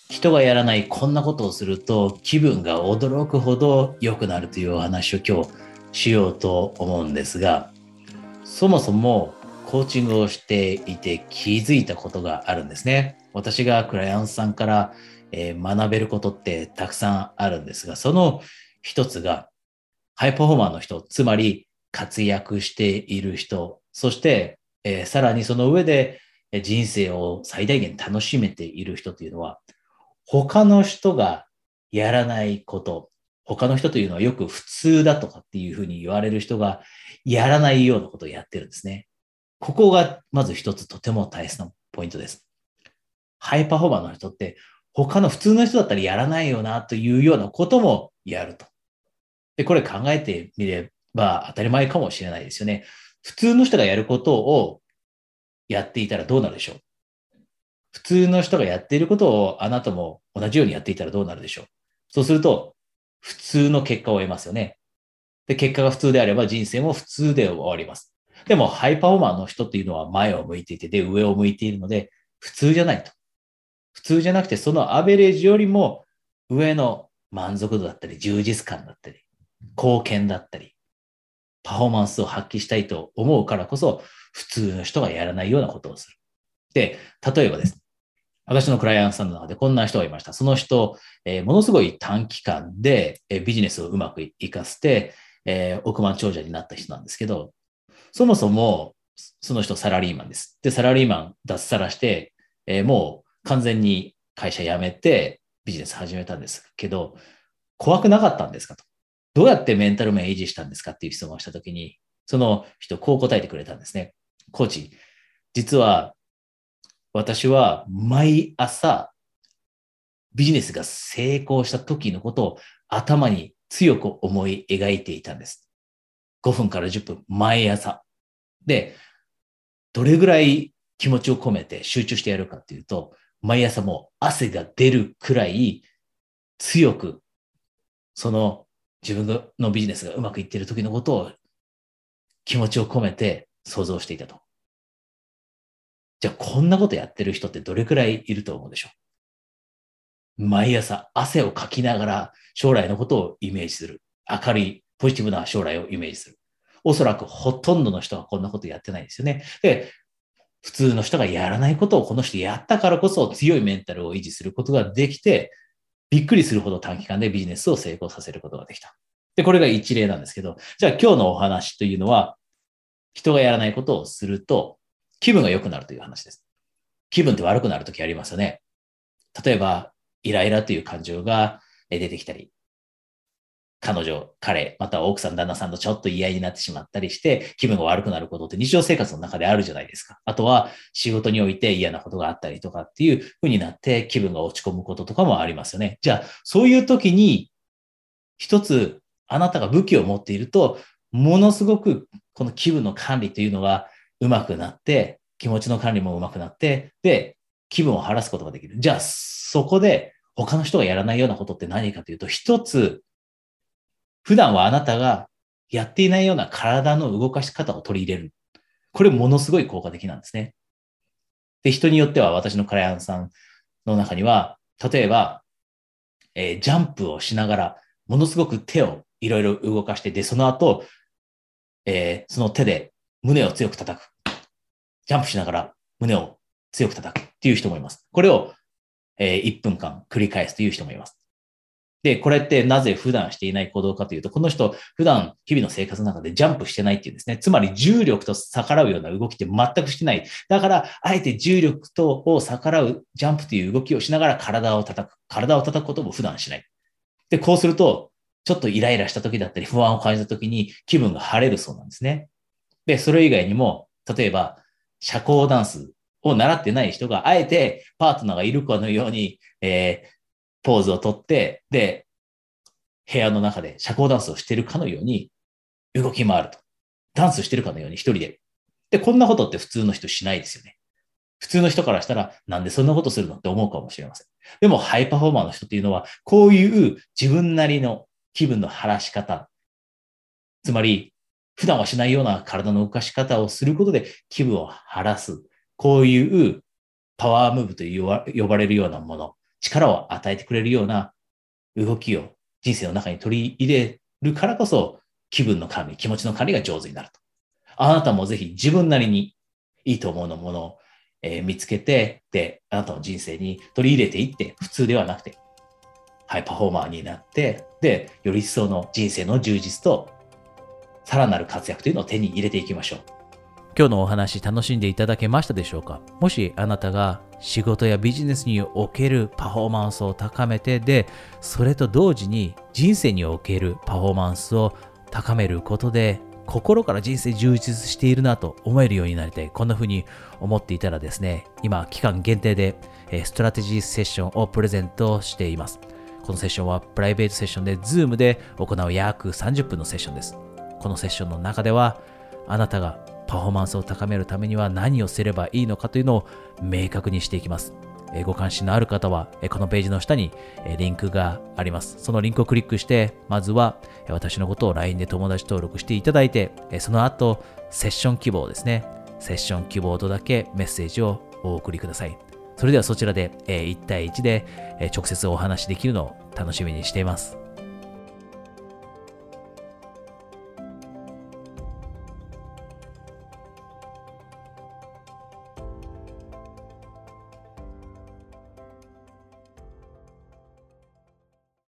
人がやらないこんなことをすると気分が驚くほど良くなるというお話を今日しようと思うんですが、そもそもコーチングをしていて気づいたことがあるんですね。私がクライアントさんから学べることってたくさんあるんですが、その一つがハイパフォーマーの人、つまり活躍している人、そして、さらにその上で人生を最大限楽しめている人というのは、他の人がやらないこと、他の人というのはよく普通だとかっていうふうに言われる人がやらないようなことをやってるんですね。ここがまず一つとても大切なポイントです。ハイパフォーマーの人って他の普通の人だったらやらないよなというようなこともやると。で、これ考えてみれば当たり前かもしれないですよね。普通の人がやることをやっていたらどうなるでしょう。普通の人がやっていることをあなたも同じようにやっていたらどうなるでしょう。そうすると、普通の結果を得ますよね。で、結果が普通であれば人生も普通で終わります。でも、ハイパフォーマーの人っていうのは前を向いていて、で、上を向いているので、普通じゃないと。普通じゃなくて、そのアベレージよりも上の満足度だったり、充実感だったり、貢献だったり、パフォーマンスを発揮したいと思うからこそ、普通の人がやらないようなことをする。で、例えばです。私のクライアントさんの中でこんな人がいました。その人、ものすごい短期間で、ビジネスをうまくいかせて、億万長者になった人なんですけど、そもそもその人サラリーマンです。で、サラリーマン脱サラして、もう完全に会社辞めてビジネス始めたんですけど、怖くなかったんですかと。どうやってメンタル面維持したんですかっていう質問をしたときに、その人こう答えてくれたんですね。コーチ、実は私は毎朝ビジネスが成功した時のことを頭に強く思い描いていたんです。5分から10分毎朝。で、どれぐらい気持ちを込めて集中してやるかっていうと、毎朝もう汗が出るくらい強く、その自分のビジネスがうまくいっている時のことを気持ちを込めて想像していたと。じゃあこんなことやってる人ってどれくらいいると思うでしょう。毎朝汗をかきながら将来のことをイメージする。明るい、ポジティブな将来をイメージする。おそらくほとんどの人はこんなことやってないですよね。で、普通の人がやらないことをこの人やったからこそ強いメンタルを維持することができて、びっくりするほど短期間でビジネスを成功させることができた。で、これが一例なんですけど、じゃあ今日のお話というのは、人がやらないことをすると気分が良くなるという話です。気分って悪くなるときありますよね。例えば、イライラという感情が出てきたり、彼女、彼、または奥さん、旦那さんとちょっと嫌いになってしまったりして、気分が悪くなることって日常生活の中であるじゃないですか。あとは仕事において嫌なことがあったりとかっていう風になって気分が落ち込むこととかもありますよね。じゃあ、そういう時に一つあなたが武器を持っていると、ものすごくこの気分の管理というのが上手くなって、気持ちの管理も上手くなって、で、気分を晴らすことができる。じゃあ、そこで他の人がやらないようなことって何かというと、一つ普段はあなたがやっていないような体の動かし方を取り入れる。これものすごい効果的なんですね。で、人によっては私のクライアントさんの中には、例えば、ジャンプをしながら、ものすごく手をいろいろ動かして、で、その後、その手で胸を強く叩く。ジャンプしながら胸を強く叩くっていう人もいます。これを、1分間繰り返すという人もいます。で、これってなぜ普段していない行動かというと、この人、普段日々の生活の中でジャンプしてないっていうんですね。つまり重力と逆らうような動きって全くしてない。だから、あえて重力とを逆らうジャンプという動きをしながら体を叩く。体を叩くことも普段しない。で、こうすると、ちょっとイライラした時だったり、不安を感じた時に気分が晴れるそうなんですね。で、それ以外にも、例えば、社交ダンスを習ってない人が、あえてパートナーがいるかのように、ポーズをとって、で、部屋の中で社交ダンスをしているかのように動き回ると。ダンスしてるかのように一人で。で、こんなことって普通の人しないですよね。普通の人からしたら、なんでそんなことするのって思うかもしれません。でも、ハイパフォーマーの人っていうのは、こういう自分なりの気分の晴らし方、つまり、普段はしないような体の動かし方をすることで気分を晴らす。こういうパワームーブと呼ばれるようなもの。 力を与えてくれるような動きを人生の中に取り入れるからこそ、気分の管理、気持ちの管理が上手になると。あなたもぜひ自分なりにいいと思うものを、見つけて、で、あなたの人生に取り入れていって、普通ではなくて、ハイパフォーマーになって、で、より一層の人生の充実と、さらなる活躍というのを手に入れていきましょう。 今日のお話楽しんでいただけましたでしょうか？もしあなたが仕事やビジネスにおけるパフォーマンスを高めて、で、それと同時に人生におけるパフォーマンスを高めることで、心から人生充実しているなと思えるようになりたい。こんな風に思っていたらですね、今期間限定でストラテジーセッションをプレゼントしています。このセッションはプライベートセッションで Zoom で行う約30分のセッションです。このセッションの中では、あなたがパフォーマンスを高めるためには何をすればいいのかというのを明確にしていきます。ご関心のある方は、このページの下にリンクがあります。そのリンクをクリックして、まずは私のことを LINE で友達登録していただいて、その後、セッション希望ですね。セッション希望とだけメッセージをお送りください。それではそちらで1対1で直接お話しできるのを楽しみにしています。